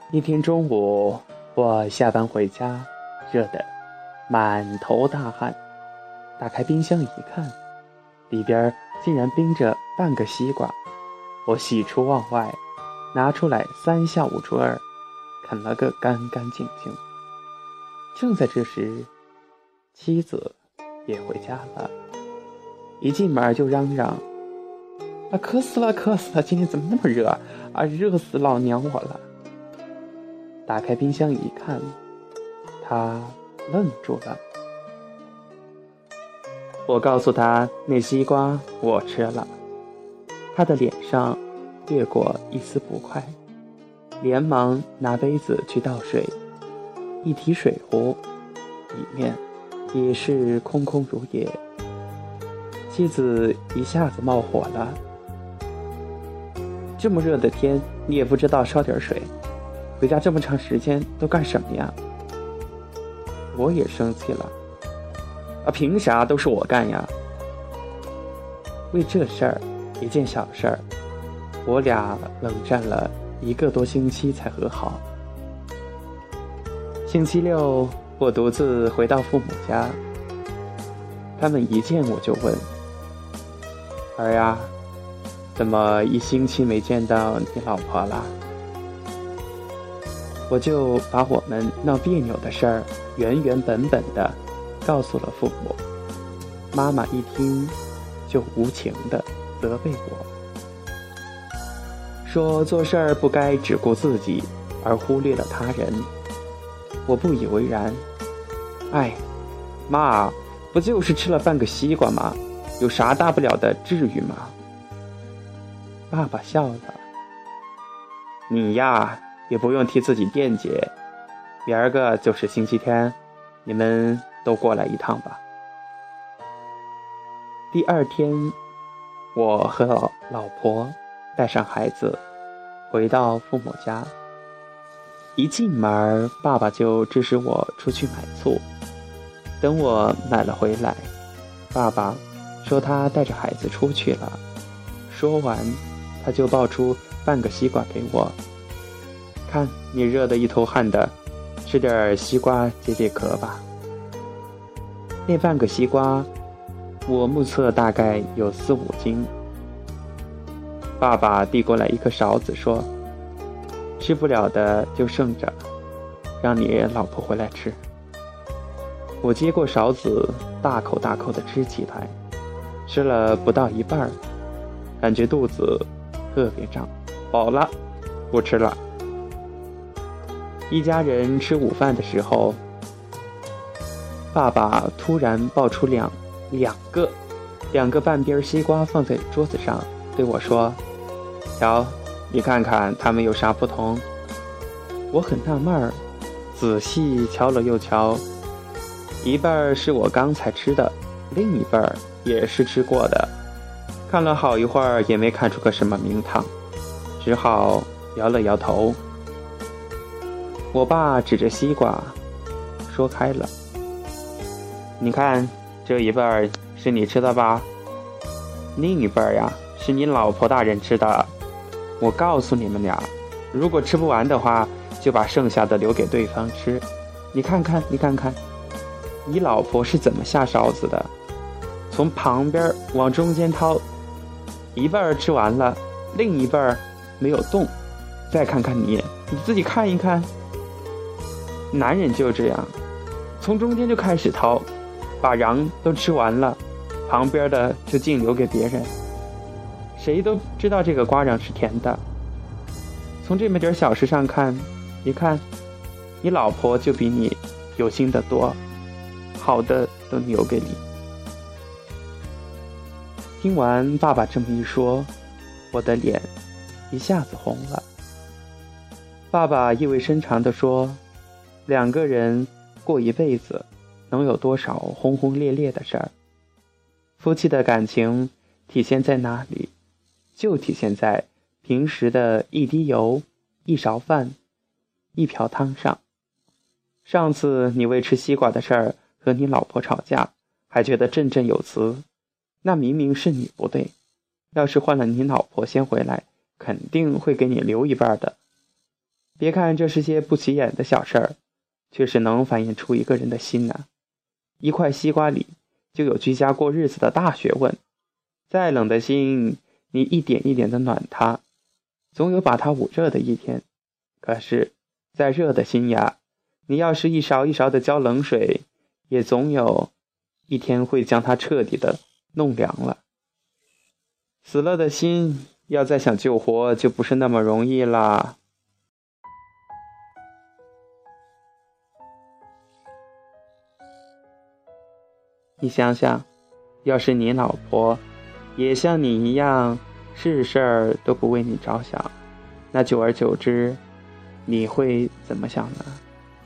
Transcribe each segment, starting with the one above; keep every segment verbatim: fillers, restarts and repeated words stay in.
一天中午，我下班回家，热得满头大汗。打开冰箱一看，里边竟然冰着半个西瓜。我喜出望外，拿出来三下五除二，啃了个干干净净。正在这时，妻子也回家了，一进门就嚷嚷：啊，渴死了，渴死了！今天怎么那么热啊？热死老娘我了！打开冰箱一看，他愣住了。我告诉他那西瓜我吃了，他的脸上掠过一丝不快，连忙拿杯子去倒水，一提水壶，里面也是空空如也。妻子一下子冒火了：这么热的天，你也不知道烧点水，回家这么长时间都干什么呀？我也生气了：啊，凭啥都是我干呀？为这事儿，一件小事儿，我俩冷战了一个多星期才和好。星期六，我独自回到父母家，他们一见我就问：儿呀，怎么一星期没见到你老婆了？我就把我们闹别扭的事儿原原本本的告诉了父母。妈妈一听就无情的责备我，说做事儿不该只顾自己而忽略了他人。我不以为然：哎，妈，不就是吃了半个西瓜吗？有啥大不了的，至于吗？爸爸笑了：你呀，也不用替自己辩解，明儿个就是星期天，你们都过来一趟吧。第二天，我和老老婆带上孩子回到父母家。一进门，爸爸就指使我出去买醋。等我买了回来，爸爸说他带着孩子出去了。说完，他就抱出半个西瓜给我：看你热得一头汗的，吃点西瓜解解渴吧。那半个西瓜，我目测大概有四五斤。爸爸递过来一个勺子，说：吃不了的就剩着，让你老婆回来吃。我接过勺子，大口大口地吃起来，吃了不到一半，感觉肚子特别胀，饱了，不吃了。一家人吃午饭的时候，爸爸突然抱出两两个两个半边西瓜放在桌子上，对我说：瞧，你看看它们有啥不同？我很纳闷儿，仔细瞧了又瞧，一半是我刚才吃的，另一半也是吃过的。看了好一会儿也没看出个什么名堂，只好摇了摇头。我爸指着西瓜说开了：你看，这一半是你吃的吧？另一半呀，是你老婆大人吃的。我告诉你们俩，如果吃不完的话，就把剩下的留给对方吃。你看看，你看看，你老婆是怎么下勺子的？从旁边往中间掏，一半吃完了，另一半没有动。再看看你，你自己看一看。男人就这样，从中间就开始掏，把瓤都吃完了，旁边的就净留给别人。谁都知道这个瓜瓤是甜的。从这么点小事上看，你看，你老婆就比你有心得多，好的都留给你。听完爸爸这么一说，我的脸一下子红了。爸爸意味深长地说：两个人过一辈子，能有多少轰轰烈烈的事儿？夫妻的感情体现在哪里？就体现在平时的一滴油、一勺饭、一瓢汤上。上次你为吃西瓜的事儿和你老婆吵架，还觉得振振有词，那明明是你不对。要是换了你老婆先回来，肯定会给你留一半的。 别看这是些不起眼的小事儿，却是能反映出一个人的心啊。一块西瓜里就有居家过日子的大学问。再冷的心，你一点一点的暖它，总有把它捂热的一天。可是再热的心呀，你要是一勺一勺的浇冷水，也总有一天会将它彻底的弄凉了。死了的心要再想救活就不是那么容易啦。你想想，要是你老婆也像你一样事事儿都不为你着想，那久而久之你会怎么想呢？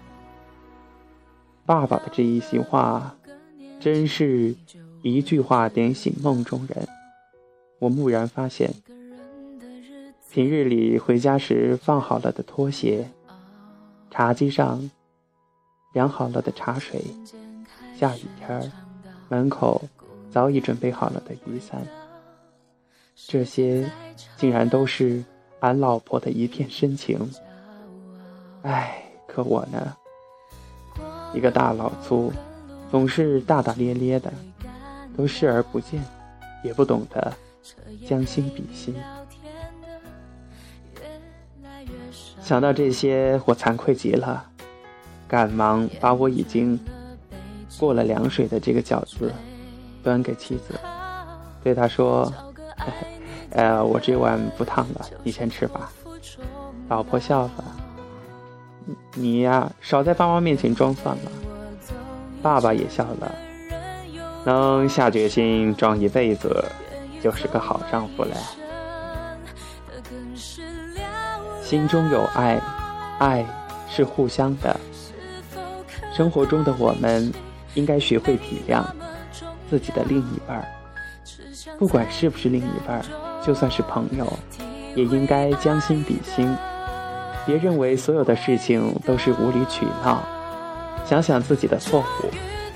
爸爸的这一席话真是一句话点醒梦中人。我蓦然发现，平日里回家时放好了的拖鞋，茶几上凉好了的茶水，下雨天门口早已准备好了的雨伞，这些竟然都是俺老婆的一片深情。唉，可我呢，一个大老粗，总是大大咧咧的，都视而不见，也不懂得将心比心。想到这些，我惭愧极了，赶忙把我已经过了凉水的这个饺子端给妻子，对她说：“呃，我这碗不烫了，你先吃吧。”老婆笑了：“你呀，少在爸妈面前装蒜了。”爸爸也笑了：“能下决心装一辈子，就是个好丈夫了。”心中有爱，爱是互相的。生活中的我们应该学会体谅自己的另一半，不管是不是另一半，就算是朋友，也应该将心比心，别认为所有的事情都是无理取闹，想想自己的错误，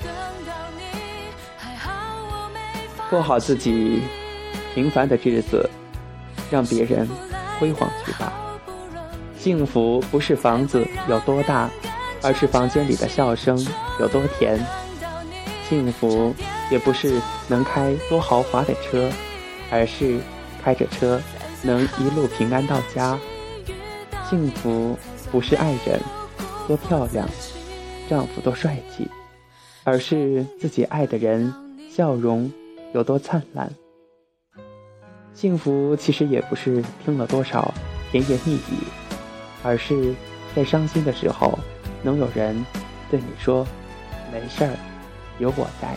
过好自己平凡的日子，让别人辉煌去吧。幸福不是房子有多大，而是房间里的笑声有多甜。幸福也不是能开多豪华的车，而是开着车能一路平安到家。幸福不是爱人多漂亮，丈夫多帅气，而是自己爱的人笑容有多灿烂。幸福其实也不是听了多少甜言蜜语，而是在伤心的时候能有人对你说没事儿，有我在。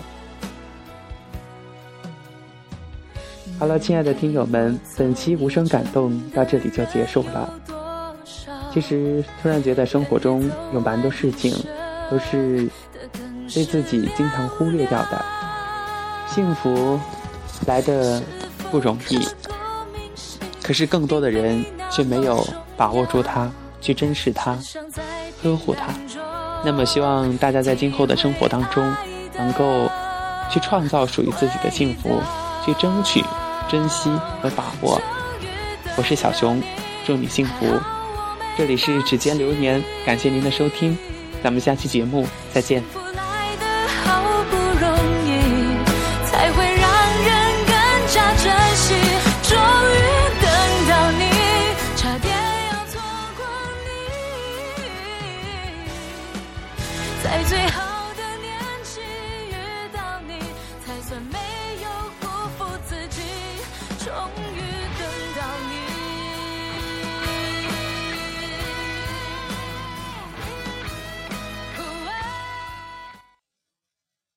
好了，亲爱的听友们，本期无声感动到这里就结束了。其实突然觉得生活中有蛮多事情都是被自己经常忽略掉的。幸福来得不容易，可是更多的人却没有把握住它，去珍视它，呵护它。那么希望大家在今后的生活当中能够去创造属于自己的幸福，去争取、珍惜和把握。我是小熊，祝你幸福。这里是指尖流年，感谢您的收听，咱们下期节目再见。